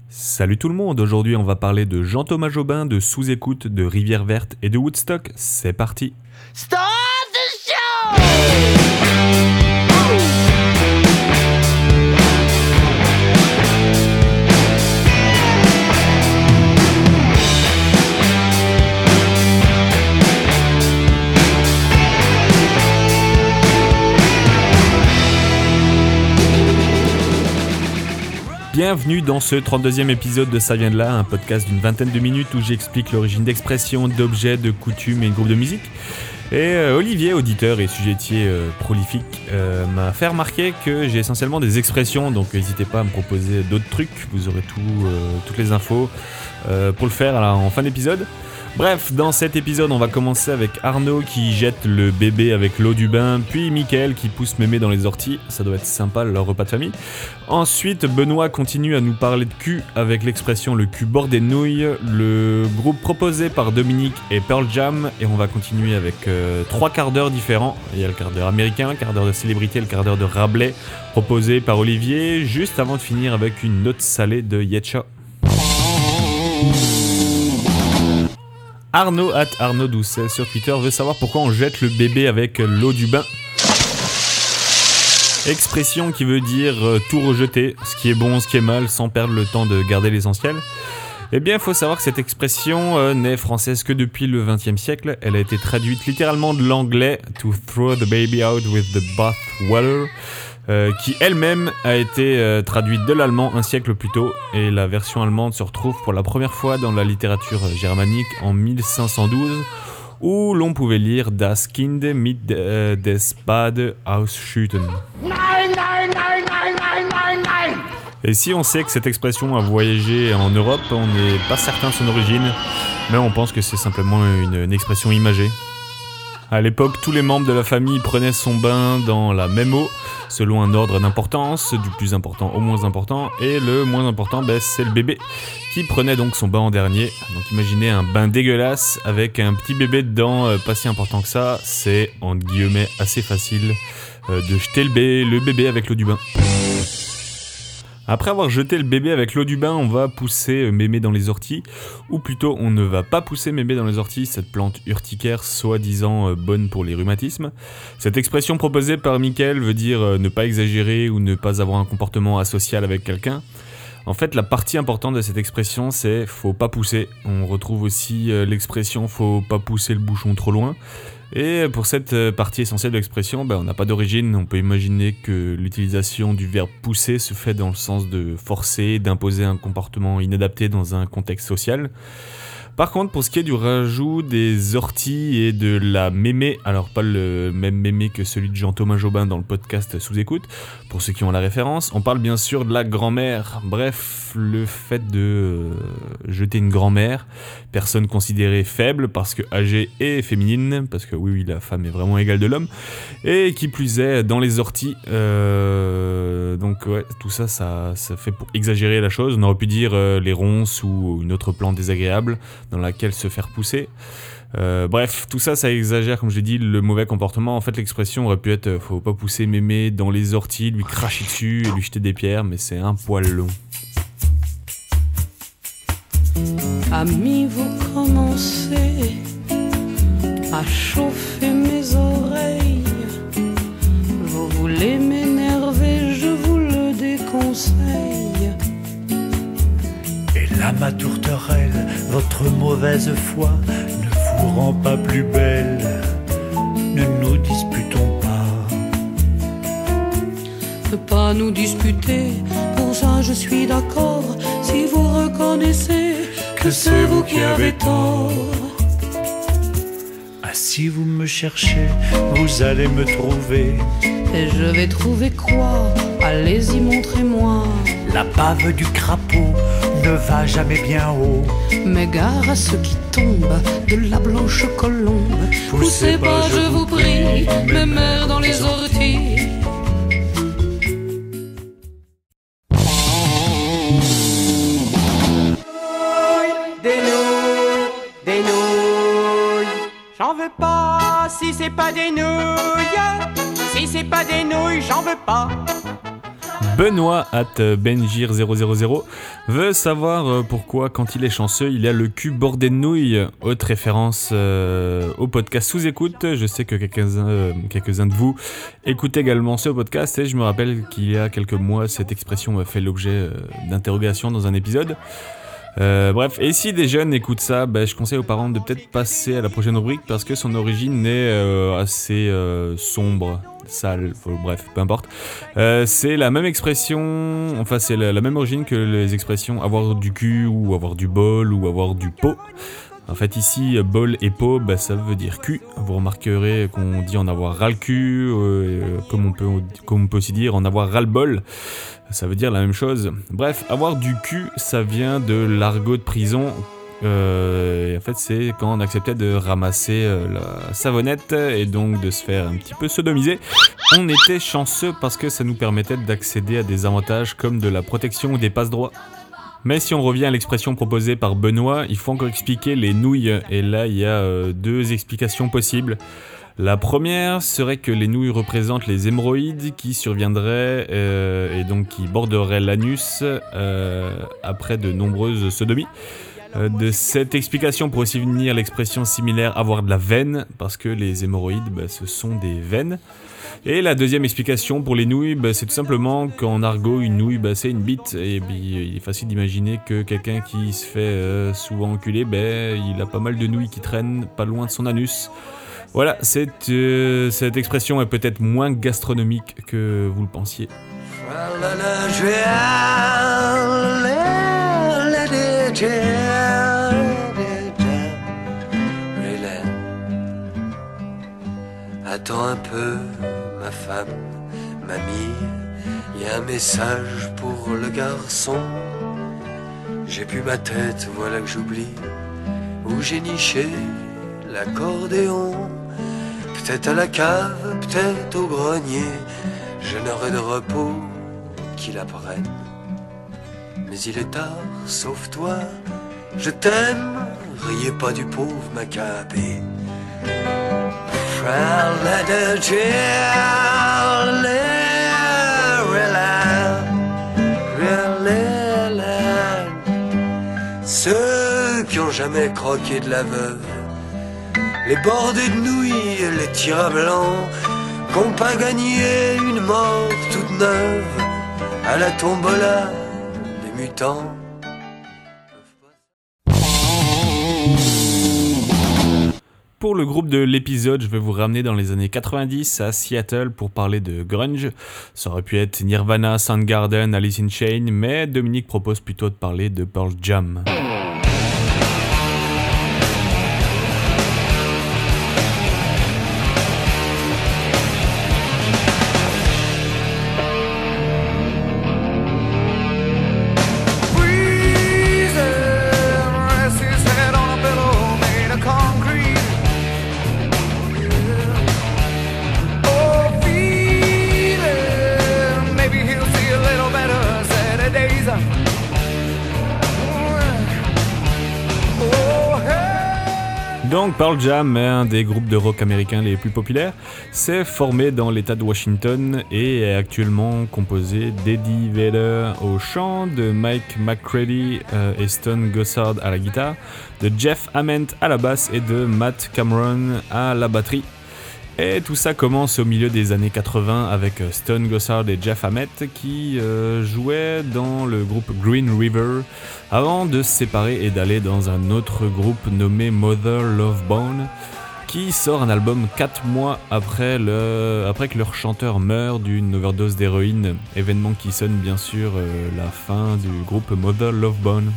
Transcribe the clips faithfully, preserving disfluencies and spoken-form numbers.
Salut tout le monde, aujourd'hui on va parler de Jean-Thomas Jobin, de Sous-Écoute, de Rivière Verte et de Woodstock. C'est parti. Start the show! Bienvenue dans ce trente-deuxième épisode de Ça vient de là, un podcast d'une vingtaine de minutes où j'explique l'origine d'expressions, d'objets, de coutumes et de groupes de musique. Et euh, Olivier, auditeur et sujettier euh, prolifique, euh, m'a fait remarquer que j'ai essentiellement des expressions, donc n'hésitez pas à me proposer d'autres trucs, vous aurez tout, euh, toutes les infos euh, pour le faire alors, en fin d'épisode. Bref, dans cet épisode, on va commencer avec Arnaud qui jette le bébé avec l'eau du bain, puis Mickaël qui pousse mémé dans les orties, ça doit être sympa leur repas de famille. Ensuite, Benoît continue à nous parler de cul avec l'expression le cul bord des nouilles, le groupe proposé par Dominique et Pearl Jam, et on va continuer avec euh, trois quarts d'heure différents. Il y a le quart d'heure américain, le quart d'heure de célébrité, le quart d'heure de Rabelais, proposé par Olivier, juste avant de finir avec une note salée de Yetcha. Arnaud at Arnaud Doucet sur Twitter veut savoir pourquoi on jette le bébé avec l'eau du bain. Expression qui veut dire euh, tout rejeter, ce qui est bon, ce qui est mal, sans perdre le temps de garder l'essentiel. Eh bien, il faut savoir que cette expression euh, n'est française que depuis le vingtième siècle. Elle a été traduite littéralement de l'anglais « to throw the baby out with the bath water », Euh, qui elle-même a été euh, traduite de l'allemand un siècle plus tôt, et la version allemande se retrouve pour la première fois dans la littérature germanique en mille cinq cent douze, où l'on pouvait lire Das Kind mit äh, des Bade ausschütten. Nein, nein, nein, nein, nein, nein, nein! Et si on sait que cette expression a voyagé en Europe, on n'est pas certain de son origine, mais on pense que c'est simplement une, une expression imagée. À l'époque, tous les membres de la famille prenaient son bain dans la même eau, selon un ordre d'importance, du plus important au moins important, et le moins important, ben, c'est le bébé, qui prenait donc son bain en dernier. Donc imaginez un bain dégueulasse avec un petit bébé dedans, euh, pas si important que ça, c'est, entre guillemets, assez facile euh, de jeter le bébé, le bébé avec l'eau du bain. Après avoir jeté le bébé avec l'eau du bain, on va pousser mémé dans les orties, ou plutôt on ne va pas pousser mémé dans les orties, cette plante urticaire soi-disant bonne pour les rhumatismes. Cette expression proposée par Mickaël veut dire ne pas exagérer ou ne pas avoir un comportement asocial avec quelqu'un. En fait, la partie importante de cette expression, c'est « faut pas pousser ». On retrouve aussi l'expression « faut pas pousser le bouchon trop loin ». Et pour cette partie essentielle de l'expression, ben, on n'a pas d'origine. On peut imaginer que l'utilisation du verbe « pousser » se fait dans le sens de forcer, d'imposer un comportement inadapté dans un contexte social. Par contre, pour ce qui est du rajout des orties et de la mémé, alors pas le même mémé que celui de Jean-Thomas Jobin dans le podcast Sous-Écoute, pour ceux qui ont la référence, on parle bien sûr de la grand-mère. Bref, le fait de euh, jeter une grand-mère, personne considérée faible parce que âgée et féminine, parce que oui, oui, la femme est vraiment égale de l'homme, et qui plus est, dans les orties, euh, donc ouais, tout ça, ça, ça fait pour exagérer la chose. On aurait pu dire euh, les ronces ou une autre plante désagréable dans laquelle se faire pousser. Euh, bref, tout ça, ça exagère, comme je l'ai dit, le mauvais comportement. En fait, l'expression aurait pu être euh, « faut pas pousser mémé dans les orties, lui cracher dessus et lui jeter des pierres », mais c'est un poil long. Amis, vous commencez à chauffer mes oreilles. Vous voulez m'énerver, je vous le déconseille. Et là, ma tourterelle, votre mauvaise foi ne vous rend pas plus belle. Ne nous disputons pas. Ne pas nous disputer, pour ça je suis d'accord. Si vous reconnaissez que c'est vous qui avez tort. Ah, si vous me cherchez, vous allez me trouver. Et je vais trouver quoi? Allez-y, montrez-moi. La bave du crapaud ne va jamais bien haut. Mais gare à ceux qui tombent de la blanche colombe. Poussez pas, je vous prie, mes mères dans les orties. Des nouilles, des nouilles. J'en veux pas si c'est pas des nouilles. Si c'est pas des nouilles, j'en veux pas. Benoît at Benjir zéro zéro zéro veut savoir pourquoi, quand il est chanceux, il a le cul bordé de nouilles. Haute référence euh, au podcast Sous-Écoute. Je sais que quelques-uns, euh, quelques-uns de vous écoutent également ce podcast et je me rappelle qu'il y a quelques mois, cette expression a fait l'objet euh, d'interrogations dans un épisode. Euh, bref, et si des jeunes écoutent ça, bah, je conseille aux parents de peut-être passer à la prochaine rubrique parce que son origine est euh, assez euh, sombre, sale, faut, bref, peu importe. Euh, c'est la même expression, enfin c'est la, la même origine que les expressions avoir du cul ou avoir du bol ou avoir du pot. En fait ici, bol et pot, bah, ça veut dire cul. Vous remarquerez qu'on dit en avoir ras le cul, euh, comme, on peut, comme on peut aussi dire en avoir ras le bol. Ça veut dire la même chose. Bref, avoir du cul, ça vient de l'argot de prison. Euh, et en fait, c'est quand on acceptait de ramasser euh, la savonnette et donc de se faire un petit peu sodomiser. On était chanceux parce que ça nous permettait d'accéder à des avantages comme de la protection ou des passe-droits. Mais si on revient à l'expression proposée par Benoît, il faut encore expliquer les nouilles. Et là, il y a euh, deux explications possibles. La première serait que les nouilles représentent les hémorroïdes qui surviendraient euh, et donc qui borderaient l'anus euh, après de nombreuses sodomies. Euh, de cette explication pourrait aussi venir l'expression similaire avoir de la veine, parce que les hémorroïdes, bah, ce sont des veines. Et la deuxième explication pour les nouilles, bah, c'est tout simplement qu'en argot, une nouille, bah, c'est une bite. Et puis, il est facile d'imaginer que quelqu'un qui se fait euh, souvent enculer, bah, il a pas mal de nouilles qui traînent pas loin de son anus. Voilà, cette, euh, cette expression est peut-être moins gastronomique que vous le pensiez. Attends un peu, ma femme, mamie, y a un message pour le garçon. J'ai plus ma tête, voilà que j'oublie où j'ai niché l'accordéon. Peut-être à la cave, peut-être au grenier, je n'aurai de repos qu'il apprenne. Mais il est tard, sauf toi, je t'aime, riez pas du pauvre Maccabée. Ceux qui ont jamais croqué de la veuve, les bordés de nouilles, les tirs à blanc, qu'ont pas gagné une mort toute neuve à la tombola des mutants. Pour le groupe de l'épisode, je vais vous ramener dans les années quatre-vingt-dix à Seattle pour parler de grunge. Ça aurait pu être Nirvana, Soundgarden, Alice in Chains, mais Dominique propose plutôt de parler de Pearl Jam. Donc Pearl Jam est un des groupes de rock américains les plus populaires. C'est formé dans l'état de Washington et est actuellement composé d'Eddie Vedder au chant, de Mike McCready euh, et Stone Gossard à la guitare, de Jeff Ament à la basse et de Matt Cameron à la batterie. Et tout ça commence au milieu des années quatre-vingts avec Stone Gossard et Jeff Ament qui euh, jouaient dans le groupe Green River avant de se séparer et d'aller dans un autre groupe nommé Mother Love Bone qui sort un album quatre mois après, le, après que leur chanteur meurt d'une overdose d'héroïne, événement qui sonne bien sûr euh, la fin du groupe Mother Love Bone.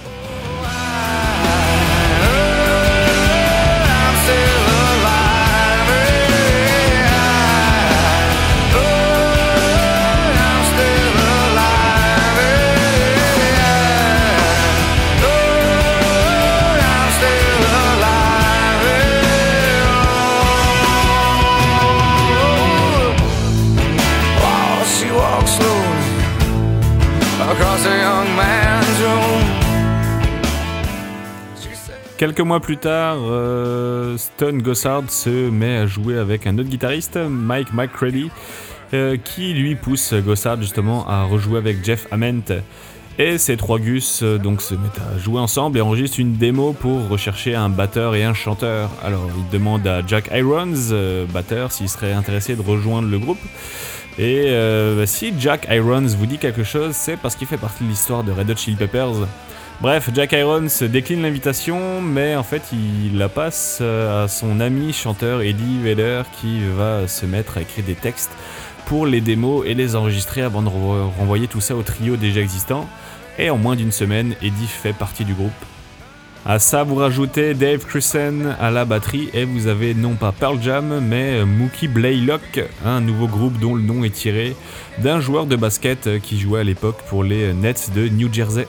Quelques mois plus tard, euh, Stone Gossard se met à jouer avec un autre guitariste, Mike McCready, euh, qui lui pousse Gossard justement à rejouer avec Jeff Ament. Et ces trois gus euh, donc se mettent à jouer ensemble et enregistrent une démo pour rechercher un batteur et un chanteur. Alors ils demandent à Jack Irons, euh, batteur, s'il serait intéressé de rejoindre le groupe. Et euh, si Jack Irons vous dit quelque chose, c'est parce qu'il fait partie de l'histoire de Red Hot Chili Peppers. Bref, Jack Irons décline l'invitation, mais en fait il la passe à son ami chanteur Eddie Vedder qui va se mettre à écrire des textes pour les démos et les enregistrer avant de renvoyer tout ça au trio déjà existant. Et en moins d'une semaine, Eddie fait partie du groupe. À ça, vous rajoutez Dave Grusin à la batterie et vous avez non pas Pearl Jam, mais Mookie Blaylock, un nouveau groupe dont le nom est tiré d'un joueur de basket qui jouait à l'époque pour les Nets de New Jersey.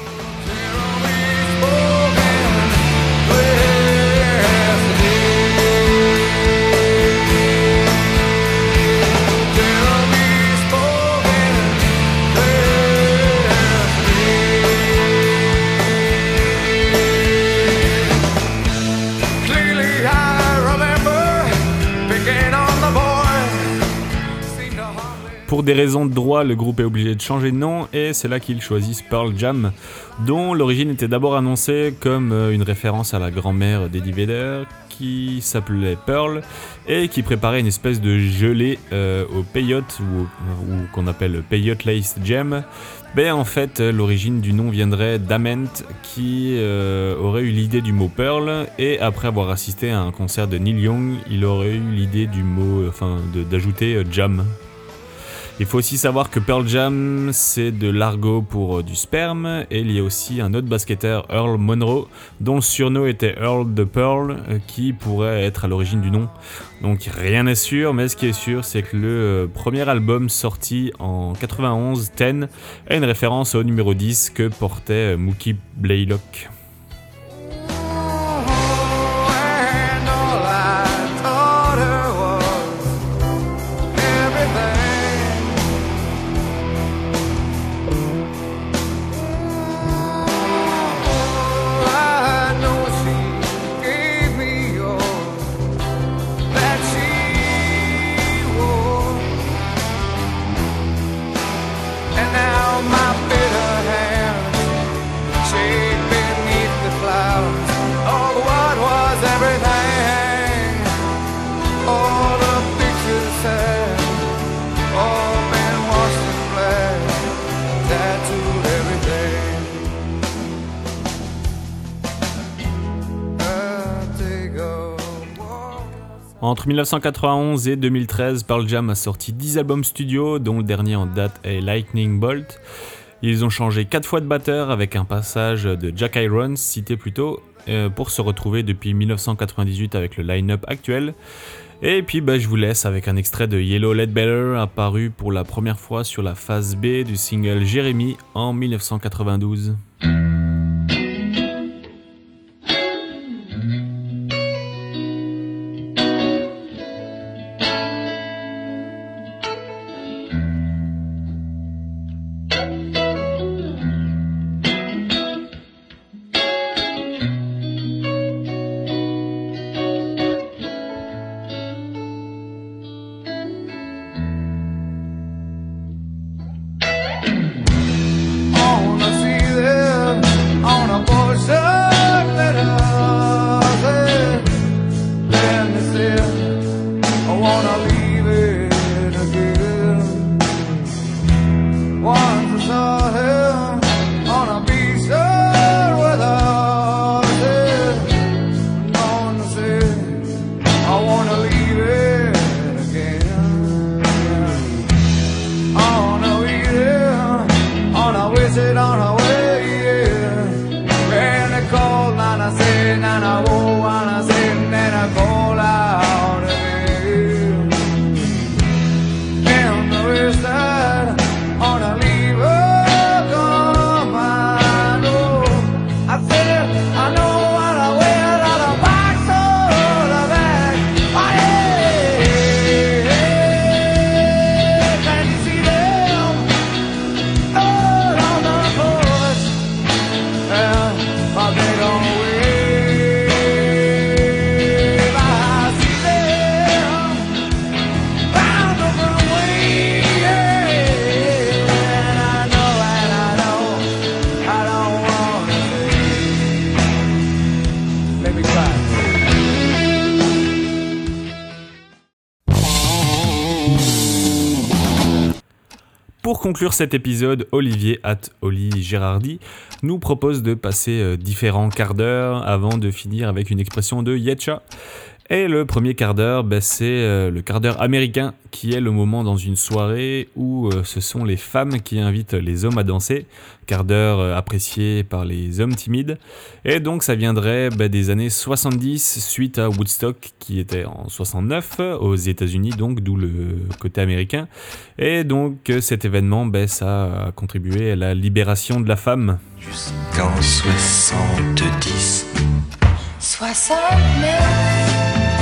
Pour des raisons de droit, le groupe est obligé de changer de nom et c'est là qu'ils choisissent Pearl Jam, dont l'origine était d'abord annoncée comme une référence à la grand-mère d'Eddie Vedder, qui s'appelait Pearl et qui préparait une espèce de gelée euh, au peyote ou, ou qu'on appelle peyote laced jam. Ben en fait, l'origine du nom viendrait d'Ament qui euh, aurait eu l'idée du mot Pearl et après avoir assisté à un concert de Neil Young, il aurait eu l'idée du mot, enfin de, d'ajouter euh, jam. Il faut aussi savoir que Pearl Jam, c'est de l'argot pour du sperme, et il y a aussi un autre basketteur, Earl Monroe, dont le surnom était Earl the Pearl, qui pourrait être à l'origine du nom. Donc rien n'est sûr, mais ce qui est sûr, c'est que le premier album sorti en quatre-vingt-onze, Ten, est une référence au numéro dix que portait Mookie Blaylock. Entre dix-neuf cent quatre-vingt-onze et deux mille treize, Pearl Jam a sorti dix albums studio, dont le dernier en date est Lightning Bolt. Ils ont changé quatre fois de batteur avec un passage de Jack Irons, cité plus tôt, euh, pour se retrouver depuis dix-neuf cent quatre-vingt-dix-huit avec le line-up actuel. Et puis bah, je vous laisse avec un extrait de Yellow Ledbetter apparu pour la première fois sur la phase B du single Jeremy en dix-neuf cent quatre-vingt-douze. They don't wave. Pour conclure cet épisode, Olivier at Oli Gérardi nous propose de passer euh, différents quarts d'heure avant de finir avec une expression de Yetcha. Et le premier quart d'heure, bah, c'est euh, le quart d'heure américain, qui est le moment dans une soirée où euh, ce sont les femmes qui invitent les hommes à danser, quart d'heure euh, apprécié par les hommes timides. Et donc ça viendrait bah, des années soixante-dix, suite à Woodstock, qui était en soixante-neuf, aux États-Unis, donc d'où le côté américain. Et donc euh, cet événement, bah, ça a contribué à la libération de la femme. Jusqu'en soixante-dix. soixante-neuf.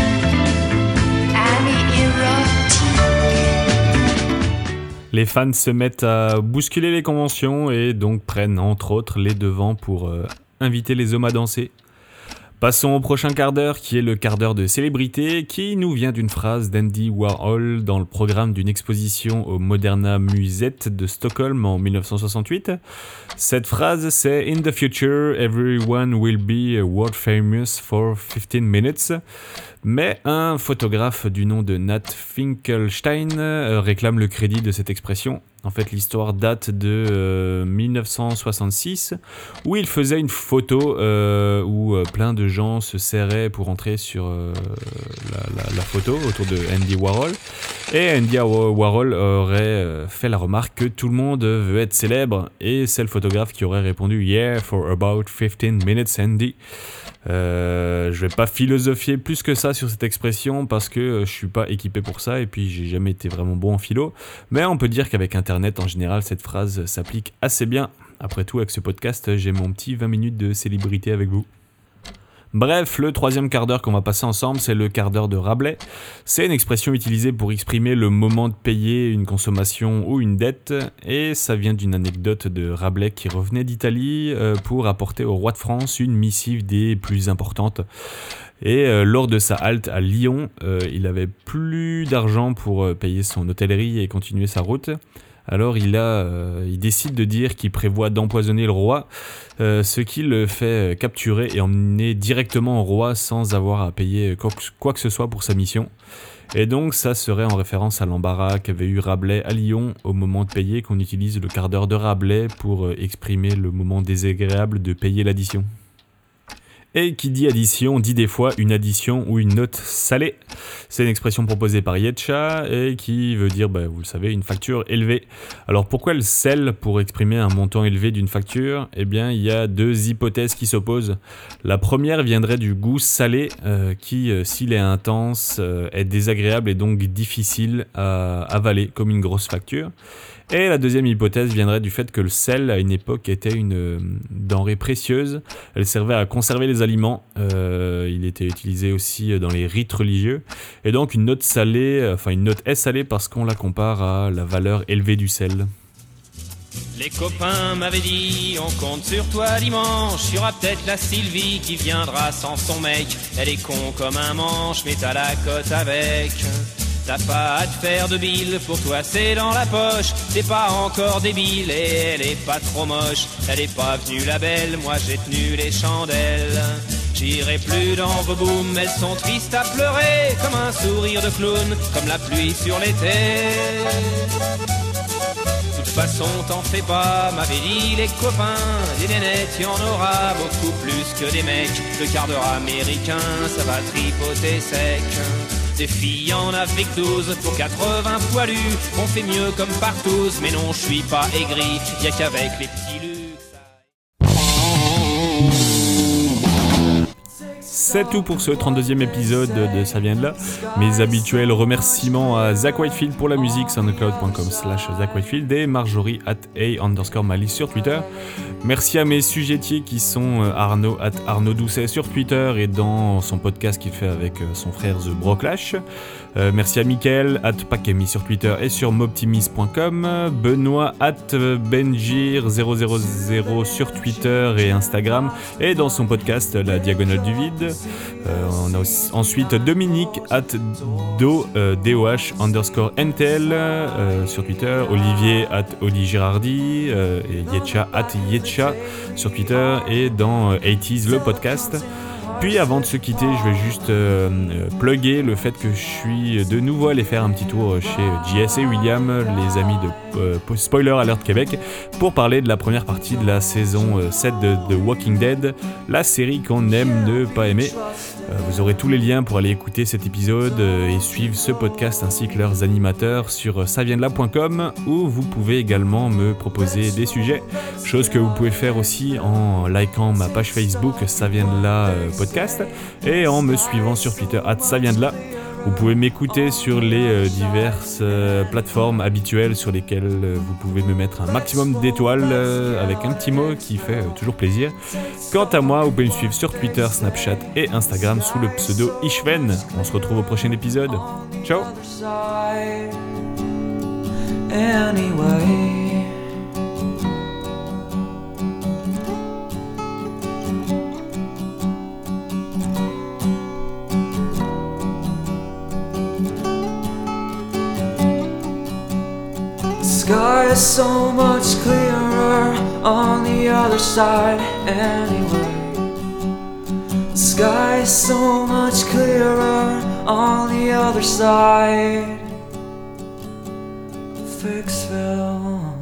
Les fans se mettent à bousculer les conventions et donc prennent entre autres les devants pour euh, inviter les hommes à danser. Passons au prochain quart d'heure qui est le quart d'heure de célébrité qui nous vient d'une phrase d'Andy Warhol dans le programme d'une exposition au Moderna Museet de Stockholm en dix-neuf cent soixante-huit. Cette phrase c'est « In the future, everyone will be world famous for fifteen minutes ». Mais un photographe du nom de Nat Finkelstein euh, réclame le crédit de cette expression. En fait, l'histoire date de euh, dix-neuf cent soixante-six, où il faisait une photo euh, où euh, plein de gens se serraient pour entrer sur euh, la, la, la photo autour de Andy Warhol. Et Andy Warhol aurait euh, fait la remarque que tout le monde veut être célèbre, et c'est le photographe qui aurait répondu « Yeah, for about fifteen minutes, Andy ». Euh, je vais pas philosophier plus que ça sur cette expression parce que euh, je suis pas équipé pour ça et puis j'ai jamais été vraiment bon en philo, mais on peut dire qu'avec internet en général cette phrase s'applique assez bien. Après tout, avec ce podcast j'ai mon petit vingt minutes de célébrité avec vous. Bref, le troisième quart d'heure qu'on va passer ensemble, c'est le quart d'heure de Rabelais. C'est une expression utilisée pour exprimer le moment de payer une consommation ou une dette, et ça vient d'une anecdote de Rabelais qui revenait d'Italie euh, pour apporter au roi de France une missive des plus importantes. Et euh, lors de sa halte à Lyon, euh, il avait plus d'argent pour euh, payer son hôtellerie et continuer sa route. Alors il, a, euh, il décide de dire qu'il prévoit d'empoisonner le roi, euh, ce qui le fait capturer et emmener directement au roi sans avoir à payer quoi que, quoi que ce soit pour sa mission. Et donc ça serait en référence à l'embarras qu'avait eu Rabelais à Lyon au moment de payer qu'on utilise le quart d'heure de Rabelais pour exprimer le moment désagréable de payer l'addition. Et qui dit addition dit des fois une addition ou une note salée. C'est une expression proposée par Yetcha et qui veut dire, bah, vous le savez, une facture élevée. Alors pourquoi le sel pour exprimer un montant élevé d'une facture ? Eh bien, il y a deux hypothèses qui s'opposent. La première viendrait du goût salé euh, qui, euh, s'il est intense, euh, est désagréable et donc difficile à avaler comme une grosse facture. Et la deuxième hypothèse viendrait du fait que le sel, à une époque, était une euh, denrée précieuse. Elle servait à conserver les aliments. Euh, il était utilisé aussi dans les rites religieux. Et donc, une note salée, enfin, une note est salée parce qu'on la compare à la valeur élevée du sel. Les copains m'avaient dit, on compte sur toi dimanche. Y'aura peut-être la Sylvie qui viendra sans son mec. Elle est con comme un manche, mais t'as la cote avec. T'as pas à te faire de bile, pour toi c'est dans la poche. T'es pas encore débile et elle est pas trop moche. Elle est pas venue la belle, moi j'ai tenu les chandelles. J'irai plus dans vos booms, elles sont tristes à pleurer. Comme un sourire de clown, comme la pluie sur l'été. De toute façon t'en fais pas, m'avait dit les copains. Des nénettes y'en aura beaucoup plus que des mecs. Le quart d'heure américain, ça va tripoter sec. Des filles en avec douze pour quatre-vingts poilus. On fait mieux comme partout, mais non je suis pas aigri. Y'a qu'avec les petits luxe. C'est tout pour ce trente-deuxième épisode de Ça vient de là. Mes habituels remerciements à Zach Whitefield pour la musique, soundcloud.com slash Zach Whitefield et Marjorie at A underscore Malice sur Twitter. Merci à mes sujettiers qui sont Arnaud at Arnaud Doucet sur Twitter et dans son podcast qu'il fait avec son frère The Broclash. Euh, merci à Mickaël at Pakemi sur Twitter et sur moptimis point com, Benoît at Benjir zéro zéro zéro sur Twitter et Instagram et dans son podcast La Diagonale du Vide. Euh, on a aussi, ensuite Dominique at do, euh, doh underscore ntl euh, sur Twitter, Olivier at Oli Girardi euh, et Yetcha at Yetcha sur Twitter et dans euh, eighties le podcast. Puis avant de se quitter, je vais juste euh, plugger le fait que je suis de nouveau allé faire un petit tour chez J S et William, les amis de euh, Spoiler Alert Québec, pour parler de la première partie de la saison sept de The Walking Dead, la série qu'on aime ne pas aimer. Euh, vous aurez tous les liens pour aller écouter cet épisode euh, et suivre ce podcast ainsi que leurs animateurs sur ça vient de là point com, où vous pouvez également me proposer des sujets, chose que vous pouvez faire aussi en likant ma page Facebook Ça vient de là euh, podcast et en me suivant sur Twitter arobase ça vient de là. Vous pouvez m'écouter sur les euh, diverses euh, plateformes habituelles sur lesquelles euh, vous pouvez me mettre un maximum d'étoiles euh, avec un petit mot qui fait euh, toujours plaisir. Quant à moi, vous pouvez me suivre sur Twitter, Snapchat et Instagram sous le pseudo Ishven. On se retrouve au prochain épisode. Ciao. Sky is so much clearer on the other side anyway. Sky is so much clearer on the other side of Ficksville.